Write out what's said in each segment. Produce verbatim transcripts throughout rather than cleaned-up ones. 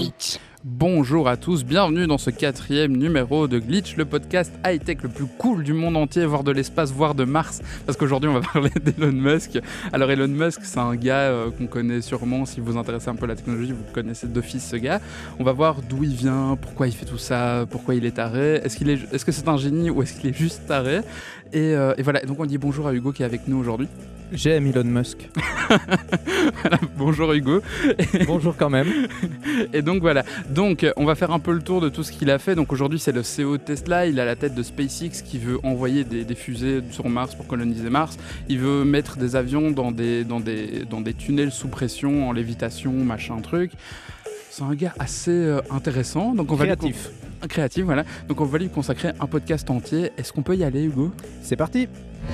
Glitch. Bonjour à tous, bienvenue dans ce quatrième numéro de Glitch, le podcast high-tech le plus cool du monde entier, voire de l'espace, voire de Mars, parce qu'aujourd'hui on va parler d'Elon Musk. Alors Elon Musk, c'est un gars euh, qu'on connaît sûrement, si vous vous intéressez un peu à la technologie, vous connaissez d'office ce gars. On va voir d'où il vient, pourquoi il fait tout ça, pourquoi il est taré, est-ce, qu'il est, est-ce que c'est un génie ou est-ce qu'il est juste taré et, euh, et voilà, donc on dit bonjour à Hugo qui est avec nous aujourd'hui. J'aime Elon Musk. Voilà, bonjour Hugo. Bonjour quand même. Et donc voilà, donc on va faire un peu le tour de tout ce qu'il a fait. Donc aujourd'hui c'est le C E O de Tesla, il a la tête de SpaceX qui veut envoyer des, des fusées sur Mars pour coloniser Mars. Il veut mettre des avions dans des, dans des, dans des tunnels sous pression, en lévitation, machin truc. C'est un gars assez euh, intéressant. Donc on Créatif. Va lui con- Créatif, voilà. Donc on va lui consacrer un podcast entier. Est-ce qu'on peut y aller, Hugo ? C'est parti.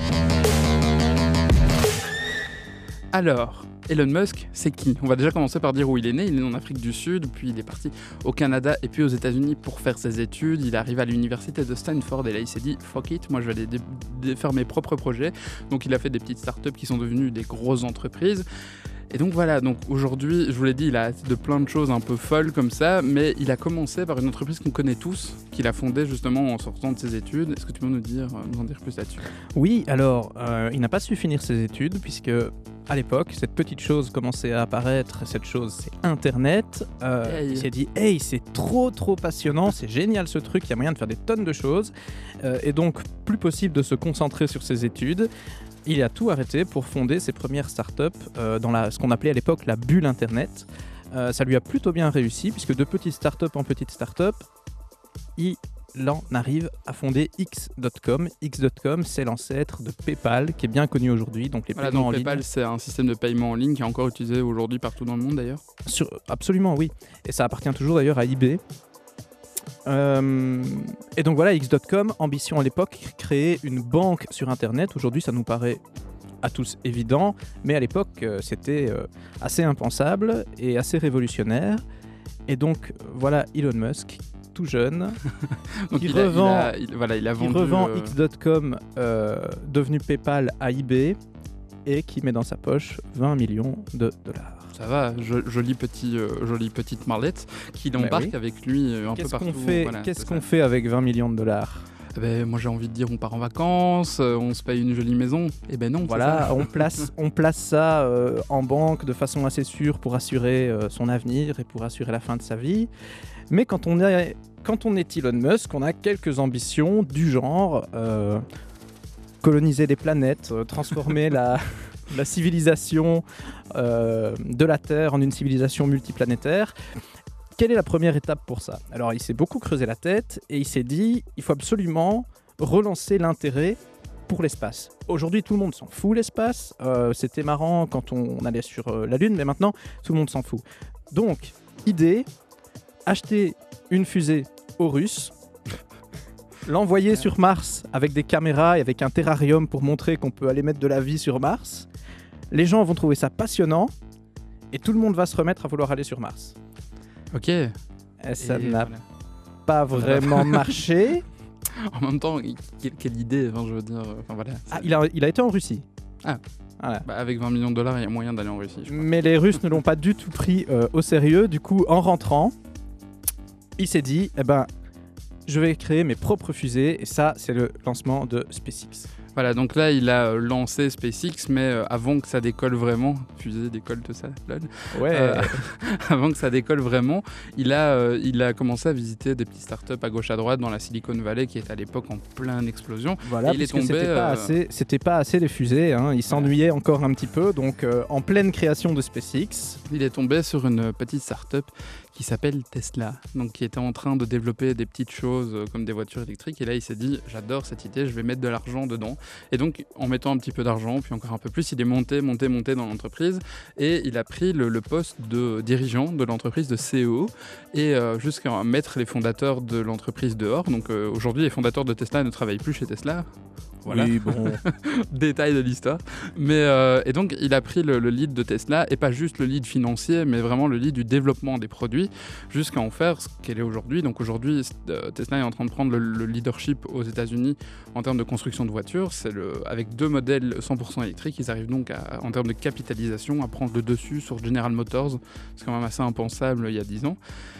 Alors, Elon Musk, c'est qui ? On va déjà commencer par dire où il est né. Il est né en Afrique du Sud, puis il est parti au Canada et puis aux États-Unis pour faire ses études. Il arrive à l'université de Stanford et là il s'est dit « fuck it, moi je vais aller dé- dé- faire mes propres projets ». Donc il a fait des petites startups qui sont devenues des grosses entreprises. Et donc voilà, donc aujourd'hui, je vous l'ai dit, il a de plein de choses un peu folles comme ça, mais il a commencé par une entreprise qu'on connaît tous, qu'il a fondée justement en sortant de ses études. Est-ce que tu peux nous, dire, nous en dire plus là-dessus ? Oui, alors, euh, il n'a pas su finir ses études, puisque à l'époque, cette petite chose commençait à apparaître, cette chose, c'est Internet. Euh, Hey. Il s'est dit, hey, c'est trop, trop passionnant, c'est génial ce truc, il y a moyen de faire des tonnes de choses, euh, et donc plus possible de se concentrer sur ses études. Il a tout arrêté pour fonder ses premières startups euh, dans la, ce qu'on appelait à l'époque la bulle Internet. Euh, ça lui a plutôt bien réussi, puisque de petites startups en petites startups, il en arrive à fonder X point com. X point com, c'est l'ancêtre de PayPal, qui est bien connu aujourd'hui. Donc les Voilà, paiements donc en PayPal, ligne. c'est un système de paiement en ligne qui est encore utilisé aujourd'hui partout dans le monde d'ailleurs. Sur, absolument, oui. Et ça appartient toujours d'ailleurs à eBay. Euh, et donc voilà, X point com, ambition à l'époque, créer une banque sur Internet. Aujourd'hui, ça nous paraît à tous évident, mais à l'époque, euh, c'était euh, assez impensable et assez révolutionnaire. Et donc voilà Elon Musk, tout jeune, Donc qui il, a, il, revend, a, il, voilà, il a qui vendu... revend euh, X point com, euh, devenu PayPal, à eBay, et qui met dans sa poche vingt millions de dollars. Ça va, jo- jolie, petit, euh, jolie petite Marlette qui l'embarque oui. avec lui euh, un Qu'est-ce peu partout. qu'on fait, Voilà, qu'est-ce c'est qu'on ça. fait avec vingt millions de dollars ? Eh ben, moi j'ai envie de dire on part en vacances, euh, on se paye une jolie maison. Eh ben non, c'est Voilà, ça. on place, on place ça euh, en banque de façon assez sûre pour assurer euh, son avenir et pour assurer la fin de sa vie. Mais quand on est, quand on est Elon Musk, on a quelques ambitions du genre euh, coloniser des planètes, euh, transformer la, la civilisation euh, de la Terre en une civilisation multiplanétaire. Quelle est la première étape pour ça ? Alors, il s'est beaucoup creusé la tête et il s'est dit il faut absolument relancer l'intérêt pour l'espace. Aujourd'hui, tout le monde s'en fout, l'espace. Euh, c'était marrant quand on, on allait sur euh, la Lune, mais maintenant, tout le monde s'en fout. Donc, idée, acheter une fusée aux Russes, l'envoyer sur Mars avec des caméras et avec un terrarium pour montrer qu'on peut aller mettre de la vie sur Mars. Les gens vont trouver ça passionnant et tout le monde va se remettre à vouloir aller sur Mars. Ok. Et ça Et n'a voilà. pas vraiment marché. En même temps, quelle, quelle idée, enfin, je veux dire. euh, Enfin, voilà, Ah, c'est- il, a, il a été en Russie. Ah. Voilà. bah, avec vingt millions de dollars, il y a moyen d'aller en Russie. Je crois. Mais les Russes ne l'ont pas du tout pris euh, au sérieux. Du coup, en rentrant, il s'est dit, eh ben, je vais créer mes propres fusées. Et ça, c'est le lancement de SpaceX. Voilà, donc là, il a euh, lancé SpaceX, mais euh, avant que ça décolle vraiment, fusée décolle, tout ça, lol. Ouais. Euh, avant que ça décolle vraiment, il a, euh, il a commencé à visiter des petites startups à gauche à droite dans la Silicon Valley, qui est à l'époque en pleine explosion. Voilà, il est puisque tombé, c'était pas euh, assez, c'était pas assez les fusées. Hein. Il s'ennuyait encore un petit peu. Donc, euh, en pleine création de SpaceX, Il est tombé sur une petite start-up qui s'appelle Tesla, donc qui était en train de développer des petites choses euh, comme des voitures électriques. Et là, il s'est dit, j'adore cette idée, je vais mettre de l'argent dedans. Et donc, en mettant un petit peu d'argent, puis encore un peu plus, il est monté, monté, monté dans l'entreprise. Et il a pris le, le poste de dirigeant de l'entreprise, de C E O, et euh, jusqu'à mettre les fondateurs de l'entreprise dehors. Donc euh, aujourd'hui, les fondateurs de Tesla ne travaillent plus chez Tesla. Voilà. oui, bon, Détail de l'histoire. Mais, euh, et donc, il a pris le, le lead de Tesla, et pas juste le lead financier, mais vraiment le lead du développement des produits, jusqu'à en faire ce qu'elle est aujourd'hui. Donc aujourd'hui, euh, Tesla est en train de prendre le, le leadership aux États-Unis en termes de construction de voitures. C'est le, avec deux modèles cent pour cent électriques, ils arrivent donc, à, en termes de capitalisation, à prendre le dessus sur General Motors. C'est quand même assez impensable il y a dix ans.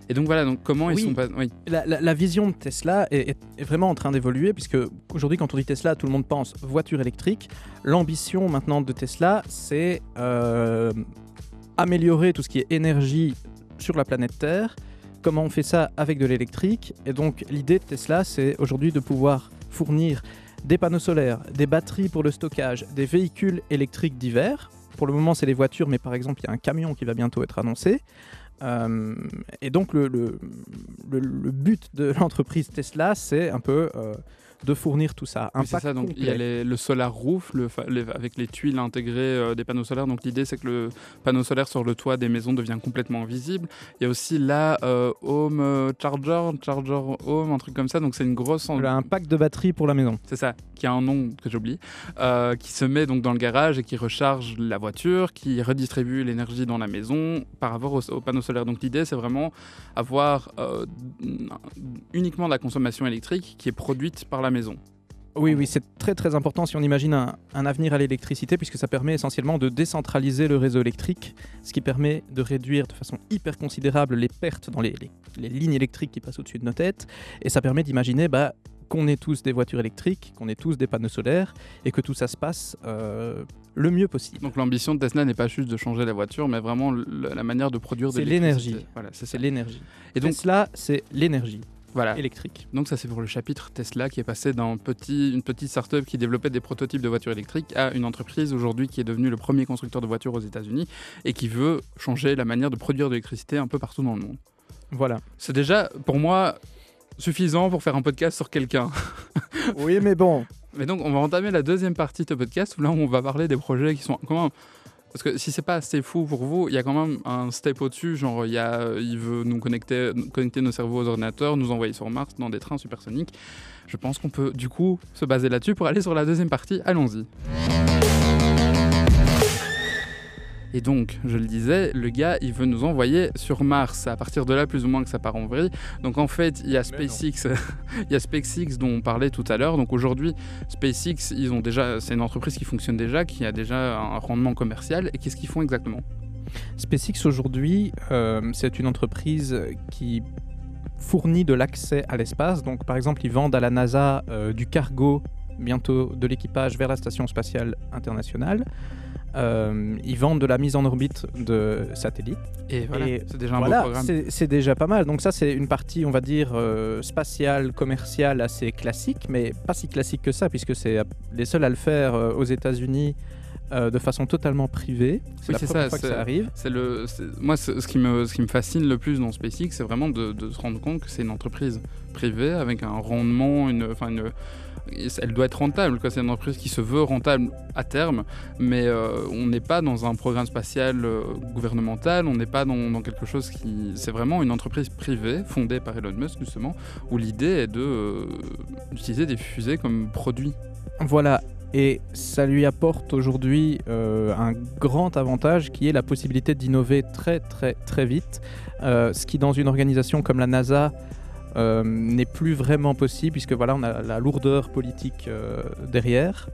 Et donc voilà, donc comment Oui. ils sont pas... Oui, La, la- la vision de Tesla est, est- est vraiment en train d'évoluer, puisque aujourd'hui, quand on dit Tesla, tout le monde pense voiture électrique. L'ambition maintenant de Tesla, c'est euh, améliorer tout ce qui est énergie sur la planète Terre. Comment on fait ça avec de l'électrique? Et donc, l'idée de Tesla, c'est aujourd'hui de pouvoir fournir des panneaux solaires, des batteries pour le stockage, des véhicules électriques divers. Pour le moment, c'est les voitures, mais par exemple, il y a un camion qui va bientôt être annoncé. Euh, et donc le, le, le- le but de l'entreprise Tesla, c'est un peu euh, de fournir tout ça. Un oui, c'est pack ça. Donc il y a complet. les- le solar roof le fa- les- avec les tuiles intégrées euh, des panneaux solaires. Donc l'idée c'est que le panneau solaire sur le toit des maisons devient complètement invisible. Il y a aussi la euh, home euh, charger, charger home, un truc comme ça. Donc c'est une grosse... en- Voilà, un pack de batteries pour la maison. C'est ça, qui a un nom que j'oublie, euh, qui se met donc dans le garage et qui recharge la voiture, qui redistribue l'énergie dans la maison par rapport au, au panneau solaire. Donc l'idée, c'est vraiment avoir euh, uniquement de la consommation électrique qui est produite par la maison. Oui, oui, c'est très très important si on imagine un, un avenir à l'électricité, puisque ça permet essentiellement de décentraliser le réseau électrique, ce qui permet de réduire de façon hyper considérable les pertes dans les, les- les lignes électriques qui passent au-dessus de nos têtes, et ça permet d'imaginer bah, qu'on ait tous des voitures électriques, qu'on ait tous des panneaux solaires, et que tout ça se passe euh, le mieux possible. Donc l'ambition de Tesla n'est pas juste de changer la voiture, mais vraiment le- la manière de produire de C'est l'électricité. l'énergie. Voilà, c'est ça. C'est l'énergie. Et donc, Tesla, c'est l'énergie voilà. électrique. Donc ça c'est pour le chapitre Tesla qui est passé d'un petit, une petite start-up qui développait des prototypes de voitures électriques à une entreprise aujourd'hui qui est devenue le premier constructeur de voitures aux États-Unis et qui veut changer la manière de produire de l'électricité un peu partout dans le monde. Voilà. C'est déjà pour moi suffisant pour faire un podcast sur quelqu'un. Oui, mais bon, Mais donc on va entamer la deuxième partie de ce podcast où là on va parler des projets qui sont quand même... Parce que si c'est pas assez fou pour vous, il y a quand même un step au-dessus, genre il, y a, il veut nous connecter, connecter nos cerveaux aux ordinateurs, nous envoyer sur Mars dans des trains supersoniques. Je pense qu'on peut du coup se baser là-dessus pour aller sur la deuxième partie. Allons-y. Et donc, je le disais, le gars, il veut nous envoyer sur Mars. C'est à partir de là, plus ou moins, que ça part en vrille. Donc, en fait, il y a SpaceX, il y a SpaceX dont on parlait tout à l'heure. Donc, aujourd'hui, SpaceX, ils ont déjà, c'est une entreprise qui fonctionne déjà, qui a déjà un rendement commercial. Et qu'est-ce qu'ils font exactement ? SpaceX aujourd'hui, euh, c'est une entreprise qui fournit de l'accès à l'espace. Donc, par exemple, ils vendent à la NASA euh, du cargo, bientôt de l'équipage vers la Station spatiale internationale. Euh, ils vendent de la mise en orbite de satellites. Et voilà, Et c'est déjà un voilà, beau programme. c'est c'est déjà pas mal. Donc ça, c'est une partie, on va dire, euh, spatiale, commerciale, assez classique, mais pas si classique que ça, puisque c'est les seuls à le faire euh, aux États-Unis euh, de façon totalement privée. C'est Oui, la c'est première ça, fois que c'est- ça arrive. C'est le, c'est- moi, c'est- ce qui, me, ce qui me fascine le plus dans SpaceX, c'est vraiment de, de se rendre compte que c'est une entreprise privée avec un rendement, une, enfin une, elle doit être rentable, quoi. C'est une entreprise qui se veut rentable à terme, mais euh, on n'est pas dans un programme spatial euh, gouvernemental, on n'est pas dans, dans quelque chose qui... C'est vraiment une entreprise privée, fondée par Elon Musk, justement, où l'idée est de, euh, d'utiliser des fusées comme produit. Voilà, et ça lui apporte aujourd'hui euh, un grand avantage qui est la possibilité d'innover très très très vite, euh, ce qui dans une organisation comme la NASA euh, n'est plus vraiment possible, puisque voilà, on a la lourdeur politique euh, derrière.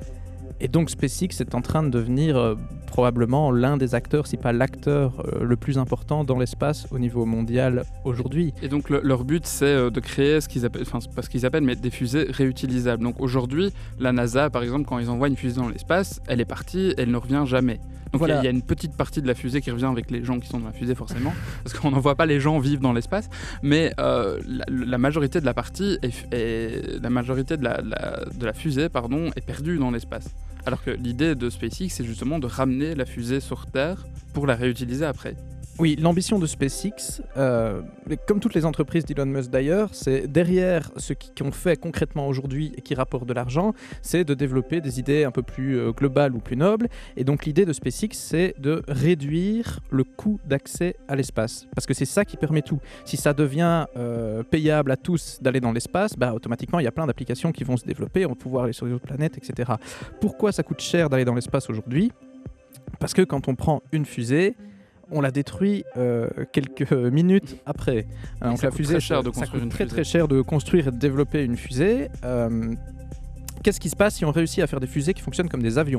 Et donc SpaceX est en train de devenir euh, probablement l'un des acteurs, si pas l'acteur euh, le plus important dans l'espace au niveau mondial aujourd'hui. Et donc le- leur but c'est euh, de créer ce qu'ils appellent, enfin c'est pas ce qu'ils appellent, mais des fusées réutilisables. Donc aujourd'hui, la NASA par exemple, quand ils envoient une fusée dans l'espace, elle est partie, elle ne revient jamais. Donc il y a- Voilà. il y, a une petite partie de la fusée qui revient avec les gens qui sont dans la fusée forcément, parce qu'on n'envoie pas les gens vivre dans l'espace, mais euh, la, la majorité de la partie est, est- la majorité de la, la- de la fusée pardon est perdue dans l'espace. Alors que l'idée de SpaceX c'est justement de ramener la fusée sur Terre pour la réutiliser après. Oui, l'ambition de SpaceX, euh, mais comme toutes les entreprises d'Elon Musk d'ailleurs, c'est derrière ce qui- qu'on fait concrètement aujourd'hui et qui rapporte de l'argent, c'est de développer des idées un peu plus euh, globales ou plus nobles. Et donc l'idée de SpaceX, c'est de réduire le coût d'accès à l'espace. Parce que c'est ça qui permet tout. Si ça devient euh, payable à tous d'aller dans l'espace, bah, automatiquement il y a plein d'applications qui vont se développer, on va pouvoir aller sur les autres planètes, et cetera. Pourquoi ça coûte cher d'aller dans l'espace aujourd'hui ? Parce que quand on prend une fusée, on la détruit euh, quelques minutes après. Euh, donc ça la coûte fusée, très cher ça- de ça construire coûte une très fusée. très cher de construire et de développer une fusée. Euh, Qu'est-ce qui se passe si on réussit à faire des fusées qui fonctionnent comme des avions ?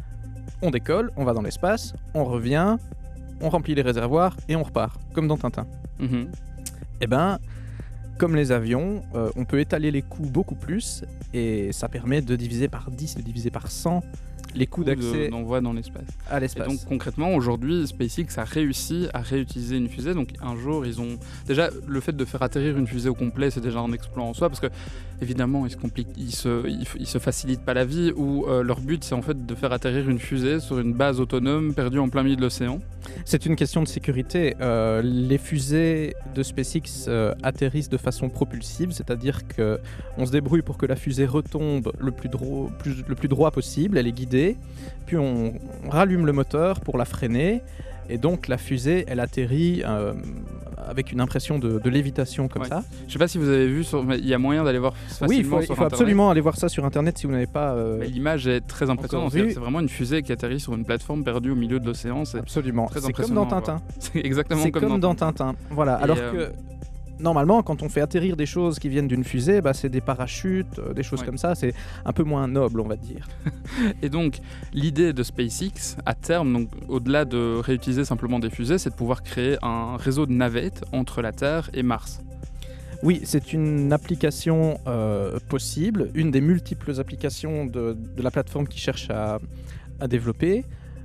On décolle, on va dans l'espace, on revient, on remplit les réservoirs et on repart, comme dans Tintin. Mhm. Eh ben, comme les avions, euh, on peut étaler les coûts beaucoup plus et ça permet de diviser par dix, de diviser par cent les coûts d'accès d'envoi dans l'espace. à l'espace. Et donc concrètement, aujourd'hui, SpaceX a réussi à réutiliser une fusée. Donc un jour, ils ont déjà le fait de faire atterrir une fusée au complet, c'est déjà un exploit en soi, parce que évidemment, ils se compliquent, ils se, ils, ils se facilitent pas la vie. Ou euh, leur but, c'est en fait de faire atterrir une fusée sur une base autonome perdue en plein milieu de l'océan. C'est une question de sécurité. Euh, les fusées de SpaceX euh, atterrissent de façon propulsive, c'est-à-dire que on se débrouille pour que la fusée retombe le plus, dro- plus, le plus droit possible. Elle est guidée, puis on, on rallume le moteur pour la freiner. Et donc la fusée, elle atterrit euh, avec une impression de, de lévitation comme Ouais. ça. Je sais pas si vous avez vu, sur... mais il y a moyen d'aller voir facilement Oui, il faut, sur il faut Internet. absolument aller voir ça sur Internet si vous n'avez pas... euh, Mais l'image est très impressionnante. Encore vu. C'est c'est vraiment une fusée qui atterrit sur une plateforme perdue au milieu de l'océan. C'est Absolument. très C'est comme impressionnant dans à Tintin. voir. C'est exactement C'est comme, comme dans Tintin. Voilà. Et Alors euh, que normalement, quand on fait atterrir des choses qui viennent d'une fusée, bah, c'est des parachutes, euh, des choses Ouais. comme ça. C'est un peu moins noble, on va dire. Et donc, l'idée de SpaceX, à terme, donc au-delà de réutiliser simplement des fusées, c'est de pouvoir créer un réseau de navettes entre la Terre et Mars. Oui, c'est une application euh, possible, une des multiples applications de, de la plateforme qui cherche à, à développer.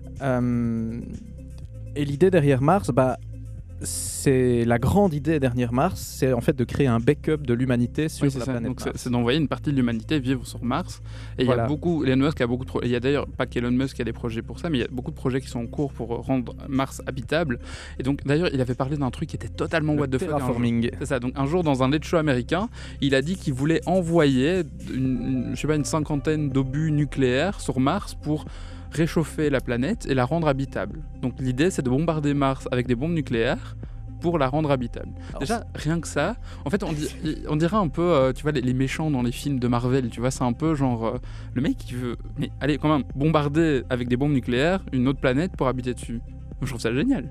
Euh, et l'idée derrière Mars, bah, c'est la grande idée derrière Mars, c'est en fait de créer un backup de l'humanité sur Oui, c'est la ça. planète Donc, c'est Mars. c'est d'envoyer une partie de l'humanité vivre sur Mars. Et il y Voilà. a beaucoup, Elon Musk a beaucoup de pro- il y a d'ailleurs pas qu'Elon Musk qui a des projets pour ça, mais il y a beaucoup de projets qui sont en cours pour rendre Mars habitable. Et donc, d'ailleurs, il avait parlé d'un truc qui était totalement Le what the fuck. un jour. terraforming. C'est ça. Donc un jour dans un late show américain, il a dit qu'il voulait envoyer une, une- je sais pas, une cinquantaine d'obus nucléaires sur Mars pour réchauffer la planète et la rendre habitable. Donc l'idée, c'est de bombarder Mars avec des bombes nucléaires pour la rendre habitable. Alors, Déjà, rien que ça, en fait, on, dit- on dirait un peu, euh, tu vois, les, les méchants dans les films de Marvel, tu vois, c'est un peu genre, euh, le mec qui veut, mais allez, quand même, bombarder avec des bombes nucléaires une autre planète pour habiter dessus. Je trouve ça génial.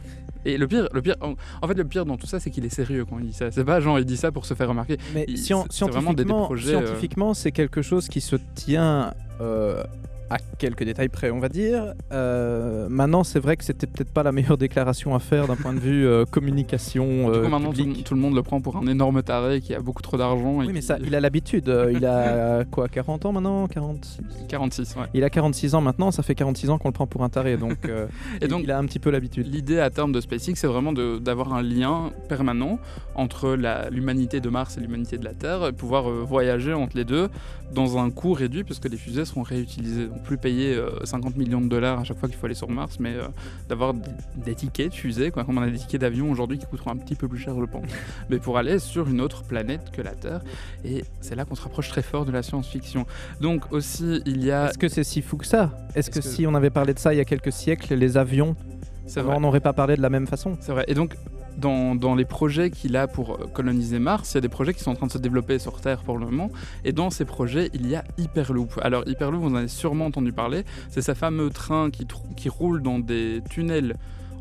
Et le pire, le pire, en, en fait, le pire dans tout ça, c'est qu'il est sérieux quand il dit ça. C'est pas genre il dit ça pour se faire remarquer. Mais Il- scien- c'est- c'est vraiment des- des scientifiquement, projets, euh, scientifiquement, c'est quelque chose qui se tient euh, à quelques détails près, on va dire. Euh, maintenant, c'est vrai que c'était peut-être pas la meilleure déclaration à faire d'un point de vue euh, communication Du coup, euh, maintenant, tout, publique. tout le monde le prend pour un énorme taré qui a beaucoup trop d'argent. et Oui, mais qui- ça, il a l'habitude. Euh, il a quoi, quarante ans maintenant, quarante quarante-six, ouais. Il a quarante-six ans maintenant, ça fait quarante-six ans qu'on le prend pour un taré, donc, euh, Et il- donc, il a un petit peu l'habitude. l'idée à terme de SpaceX, c'est vraiment de- d'avoir un lien permanent entre la- l'humanité de Mars et l'humanité de la Terre, et pouvoir euh, voyager entre les deux dans un coût réduit, puisque les fusées seront réutilisées. Donc plus payer euh, cinquante millions de dollars à chaque fois qu'il faut aller sur Mars, mais euh, d'avoir des, des tickets de fusée, quoi, comme on a des tickets d'avion aujourd'hui qui coûteront un petit peu plus cher, je pense, mais pour aller sur une autre planète que la Terre. Et c'est là qu'on se rapproche très fort de la science-fiction. Donc aussi, il y a... Est-ce que c'est si fou que ça? Est-ce que, Est-ce que- si on avait parlé de ça il y a quelques siècles, les avions, C'est on vrai. n'aurait pas parlé de la même façon? C'est vrai. Et donc, dans, dans les projets qu'il a pour euh, coloniser Mars, il y a des projets qui sont en train de se développer sur Terre pour le moment. Et dans ces projets, il y a Hyperloop. Alors, Hyperloop, vous en avez sûrement entendu parler. C'est ce fameux train qui, trou- qui roule dans des tunnels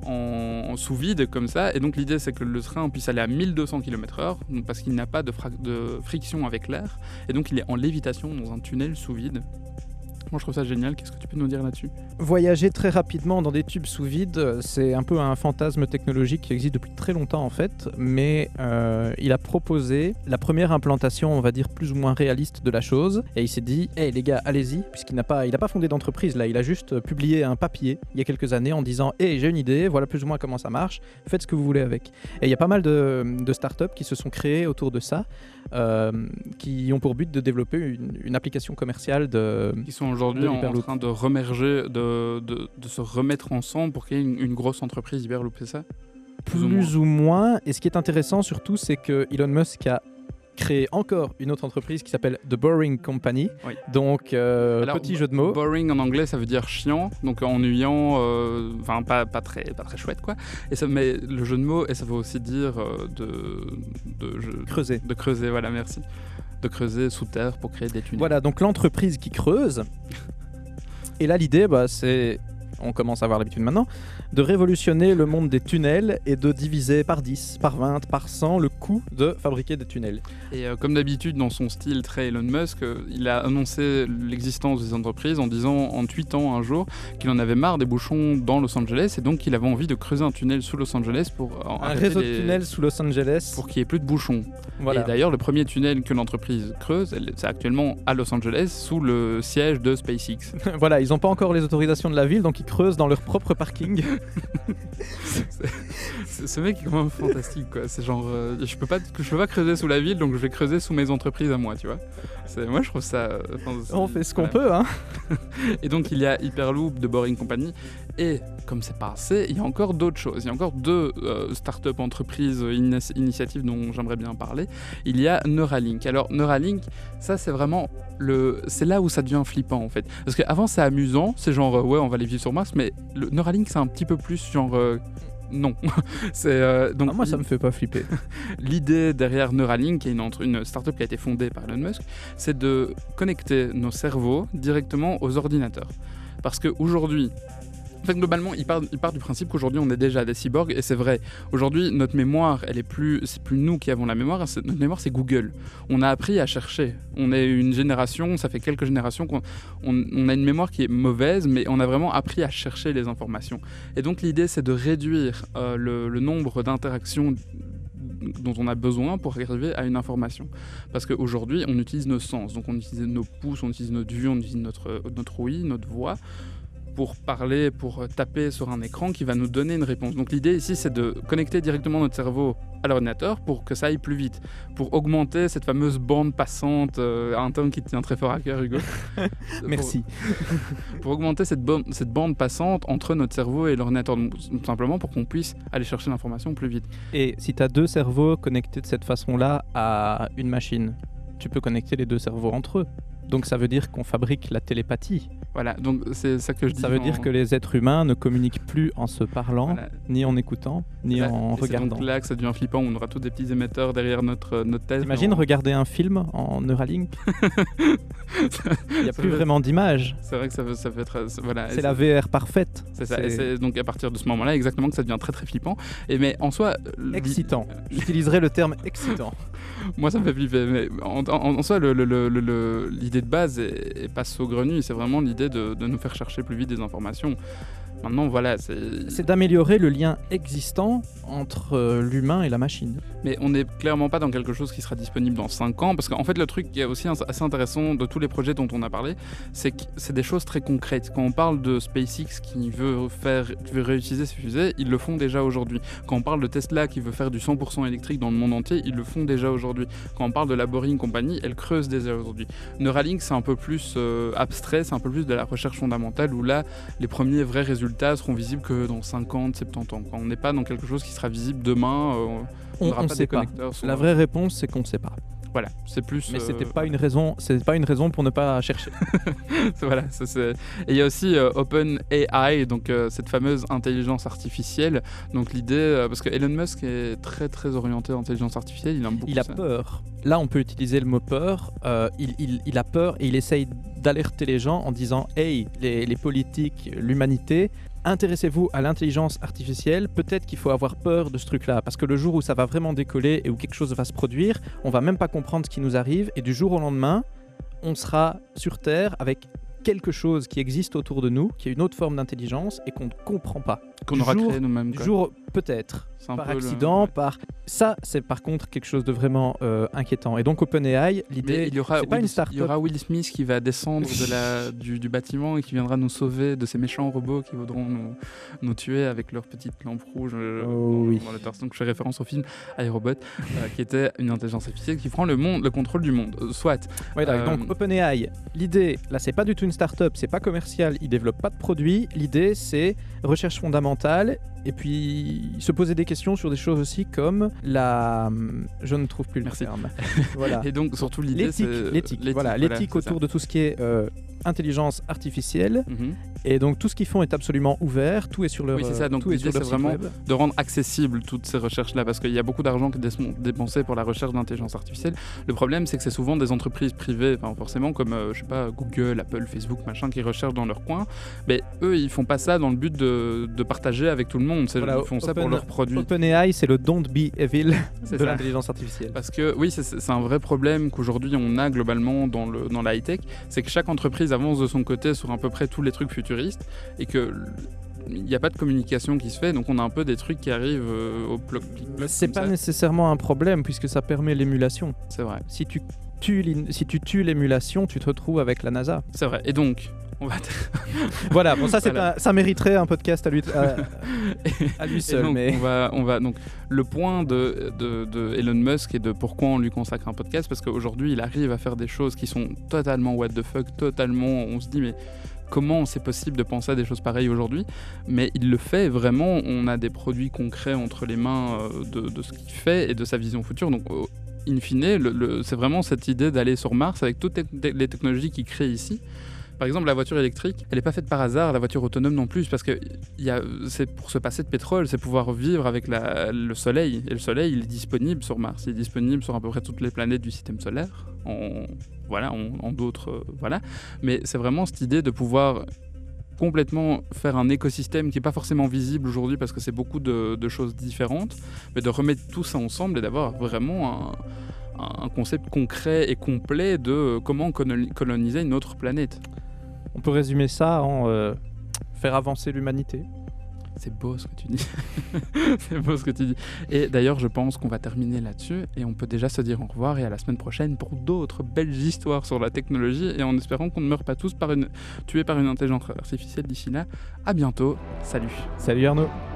en, en sous-vide comme ça. Et donc, l'idée, c'est que le train puisse aller à mille deux cents kilomètres heure donc parce qu'il n'a pas de, fra- de friction avec l'air. Et donc, il est en lévitation dans un tunnel sous-vide. Moi, je trouve ça génial. Qu'est-ce que tu peux nous dire là-dessus? Voyager très rapidement dans des tubes sous vide, euh, c'est un peu un fantasme technologique qui existe depuis très longtemps en fait, mais euh, il a proposé la première implantation, on va dire, plus ou moins réaliste de la chose, et il s'est dit, hé les gars, allez-y, puisqu'il n'a pas, il n'a pas fondé d'entreprise là, il a juste euh, publié un papier il y a quelques années en disant, hé j'ai une idée, voilà plus ou moins comment ça marche, faites ce que vous voulez avec. Et il y a pas mal de, de startups qui se sont créées autour de ça, euh, qui ont pour but de développer une, une application commerciale de... Qui sont aujourd'hui de en, en Hyperloop. train de remerger, de, de, de se remettre ensemble pour qu'il y ait une, une grosse entreprise Hyperloop, c'est ça? Plus ou Plus ou moins. Et ce qui est intéressant surtout, c'est que Elon Musk a créé encore une autre entreprise qui s'appelle The Boring Company. Oui. Donc, euh, Alors, petit jeu de mots. Boring en anglais, ça veut dire chiant, donc ennuyant, euh, enfin pas, pas, très, pas très chouette quoi. Et ça, mais le jeu de mots, et ça veut aussi dire euh, de, de, je- Creuser. de creuser, voilà, merci. De creuser sous terre pour créer des tunnels. Voilà, donc l'entreprise qui creuse. Et là, l'idée, bah, c'est... on commence à avoir l'habitude maintenant, de révolutionner le monde des tunnels et de diviser par dix, par vingt, par cent le coût de fabriquer des tunnels. Et euh, comme d'habitude, dans son style très Elon Musk, euh, il a annoncé l'existence des entreprises en disant, en tweetant un jour, qu'il en avait marre des bouchons dans Los Angeles et donc qu'il avait envie de creuser un tunnel sous Los Angeles pour euh, un réseau les... de tunnels sous Los Angeles pour qu'il n'y ait plus de bouchons. Voilà. Et d'ailleurs, le premier tunnel que l'entreprise creuse, elle- c'est actuellement à Los Angeles, sous le siège de SpaceX. Voilà, ils n'ont pas encore les autorisations de la ville, donc ils creusent dans leur propre parking. C'est- Ce mec est quand même fantastique, quoi. C'est genre, euh, je peux pas, je peux pas creuser sous la ville, donc je vais creuser sous mes entreprises à moi, tu vois. C'est, moi, je trouve ça. euh, enfin, c'est- On fait ce qu'on voilà. peut, hein. Et donc, il y a Hyperloop de Boring Company. Et comme c'est pas assez, il y a encore d'autres choses. Il y a encore deux euh, start-up entreprises, euh, ini- initiatives dont j'aimerais bien parler. Il y a Neuralink. Alors, Neuralink, ça, c'est vraiment le, c'est là où ça devient flippant, en fait. Parce qu'avant, c'est amusant. C'est genre, euh, ouais, on va aller vivre sur Mars. Mais le Neuralink, c'est un petit peu plus genre. euh, non. c'est, euh, donc, Ah, moi, ça me fait pas flipper. L'idée derrière Neuralink, qui est une, entre- une start-up qui a été fondée par Elon Musk, c'est de connecter nos cerveaux directement aux ordinateurs. Parce qu'aujourd'hui, en fait, globalement, il part, il part du principe qu'aujourd'hui, on est déjà des cyborgs, et c'est vrai. Aujourd'hui, notre mémoire, elle est plus, c'est plus nous qui avons la mémoire, c'est- notre mémoire, c'est Google. On a appris à chercher. On est une génération, ça fait quelques générations qu'on on, on a une mémoire qui est mauvaise, mais on a vraiment appris à chercher les informations. Et donc, l'idée, c'est de réduire euh, le, le nombre d'interactions dont on a besoin pour arriver à une information. Parce qu'aujourd'hui, on utilise nos sens. Donc, on utilise nos pouces, on utilise notre vue, on utilise notre, notre ouïe, notre voix, pour parler, pour taper sur un écran qui va nous donner une réponse. Donc l'idée ici, c'est de connecter directement notre cerveau à l'ordinateur pour que ça aille plus vite, pour augmenter cette fameuse bande passante, euh, un terme qui te tient très fort à cœur, Hugo. Merci. Pour, pour augmenter cette, bo- cette bande passante entre notre cerveau et l'ordinateur, donc, tout simplement pour qu'on puisse aller chercher l'information plus vite. Et si tu as deux cerveaux connectés de cette façon-là à une machine, tu peux connecter les deux cerveaux entre eux. Donc ça veut dire qu'on fabrique la télépathie. Voilà, donc c'est ça que je dis. Ça veut en- dire que les êtres humains ne communiquent plus en se parlant, Voilà. ni en écoutant, ni Là- en et c'est regardant. donc là que ça devient flippant, on aura tous des petits émetteurs derrière notre, notre tête. T'imagines On- regarder un film en Neuralink. Il n'y a Ça plus veut- vraiment d'image. C'est vrai que ça peut, ça peut être. c'est- Voilà, et C'est la V R parfaite. C'est ça, et C'est c'est donc à partir de ce moment-là exactement que ça devient très très flippant. Et mais en soi, l'i- excitant. J'utiliserai le terme excitant. moi ça me fait flipper. Mais en, en- en soi, le- le- le- le- le- l'idée de base est, est pas saugrenue, c'est vraiment l'idée de, de nous faire chercher plus vite des informations. Maintenant, voilà, c'est. C'est d'améliorer le lien existant entre euh, l'humain et la machine. Mais on n'est clairement pas dans quelque chose qui sera disponible dans cinq ans, parce qu'en fait, le truc qui est aussi ins- assez intéressant de tous les projets dont on a parlé, c'est que c'est des choses très concrètes. Quand on parle de SpaceX qui veut, faire, qui veut réutiliser ses fusées, ils le font déjà aujourd'hui. Quand on parle de Tesla qui veut faire du cent pour cent électrique dans le monde entier, ils le font déjà aujourd'hui. Quand on parle de la Boring Company, elle creuse déjà aujourd'hui. Neuralink, c'est un peu plus euh, abstrait, c'est un peu plus de la recherche fondamentale, où là, les premiers vrais résultats seront visibles que dans cinquante, soixante-dix ans. Quoi. On n'est pas dans quelque chose qui sera visible demain. euh, on On n'aura ne pas sait des pas. connecteurs sur- La vraie réponse, c'est qu'on ne sait pas. Voilà, c'est plus. Mais euh, c'était pas une raison. C'est pas une raison pour ne pas chercher. voilà, ça, c'est- Et il y a aussi euh, OpenAI, donc euh, cette fameuse intelligence artificielle. Donc l'idée, euh, parce que Elon Musk est très très orienté en intelligence artificielle, il aime beaucoup Il a ça. peur. Là, on peut utiliser le mot peur. Euh, il, il- il a peur et il essaye d'alerter les gens en disant hey, les, les politiques, l'humanité, intéressez-vous à l'intelligence artificielle. Peut-être qu'il faut avoir peur de ce truc-là. Parce que le jour où ça va vraiment décoller et où quelque chose va se produire, on va même pas comprendre ce qui nous arrive. Et du jour au lendemain, on sera sur Terre avec quelque chose qui existe autour de nous, qui est une autre forme d'intelligence et qu'on ne comprend pas. Qu'on Du aura jour- créé nous-mêmes. Du quoi. jour, peut-être. C'est un Par peu le- accident, par... Ça, c'est par contre quelque chose de vraiment euh, inquiétant. Et donc OpenAI, Mais l'idée, il y aura c'est pas Will- une start-up. il y aura Will Smith qui va descendre de la, du, du bâtiment et qui viendra nous sauver de ces méchants robots qui voudront nous, nous tuer avec leurs petites lampes rouges euh, Oh dans, oui. dans le torse. Donc je fais référence au film iRobot, euh, qui était une intelligence artificielle qui prend le, monde, le contrôle du monde. Euh, soit. Ouais, d'accord. Euh, Donc OpenAI, l'idée, là, c'est pas du tout une start-up, c'est pas commercial, ils développent pas de produits. L'idée, c'est recherche fondamentale et puis se poser des questions sur des choses aussi comme la. Je ne trouve plus le Merci. terme. Voilà. Et donc surtout l'idée, L'éthique, c'est l'éthique, voilà, l'éthique c'est ça. autour de tout ce qui est euh, intelligence artificielle. Mhm. Et donc tout ce qu'ils font est absolument ouvert, tout est sur leur, Oui, c'est ça. Donc tout est l'idée, sur leur c'est site vraiment web. de rendre accessible toutes ces recherches-là, parce qu'il y a beaucoup d'argent qui est dé- dépensé pour la recherche d'intelligence artificielle. Le problème, c'est que c'est souvent des entreprises privées, enfin, forcément, comme euh, je sais pas, Google, Apple, Facebook, machin, qui recherchent dans leur coin. Mais eux, ils font pas ça dans le but de, de partager avec tout le monde. C'est- Voilà, ils font ça open- pour leurs produits. OpenAI, c'est le don't be evil C'est de ça. l'intelligence artificielle. Parce que oui, c'est- c'est un vrai problème qu'aujourd'hui on a globalement dans, le, dans la high-tech, c'est que chaque entreprise avance de son côté sur à peu près tous les trucs futuristes et que il n'y a pas de communication qui se fait, donc on a un peu des trucs qui arrivent euh, au bloc. C'est pas nécessairement un problème puisque ça permet l'émulation. C'est vrai, Si tu tues l'in- si tu tues l'émulation, tu te retrouves avec la NASA. c'est vrai. Et donc, on va. Voilà, bon ça c'est Voilà. un- ça mériterait un podcast à lui à, à lui Et seul, donc, mais on va, on va donc le point de, de, de Elon Musk et de pourquoi on lui consacre un podcast, parce qu'aujourd'hui il arrive à faire des choses qui sont totalement what the fuck, totalement. On se dit mais comment c'est possible de penser à des choses pareilles aujourd'hui, mais il le fait vraiment. On a des produits concrets entre les mains euh, de, de ce qu'il fait et de sa vision future. Donc euh, in fine, le, le- c'est vraiment cette idée d'aller sur Mars avec toutes les, les technologies qu'il crée ici. Par exemple, la voiture électrique, elle n'est pas faite par hasard, la voiture autonome non plus, parce que il y a, c'est pour se passer de pétrole, c'est pouvoir vivre avec la- le soleil. Et le soleil, il est disponible sur Mars, il est disponible sur à peu près toutes les planètes du système solaire, en, voilà, en, en d'autres, euh, voilà. Mais c'est vraiment cette idée de pouvoir complètement faire un écosystème qui n'est pas forcément visible aujourd'hui parce que c'est beaucoup de, de choses différentes, mais de remettre tout ça ensemble et d'avoir vraiment un, un concept concret et complet de comment coloni- coloniser une autre planète. on peut résumer ça en euh, faire avancer l'humanité. C'est beau ce que tu dis. C'est beau ce que tu dis. Et d'ailleurs, je pense qu'on va terminer là-dessus et on peut déjà se dire au revoir et à la semaine prochaine pour d'autres belles histoires sur la technologie et en espérant qu'on ne meure pas tous par une... tués par une intelligence artificielle d'ici là. À bientôt. Salut. Salut Arnaud.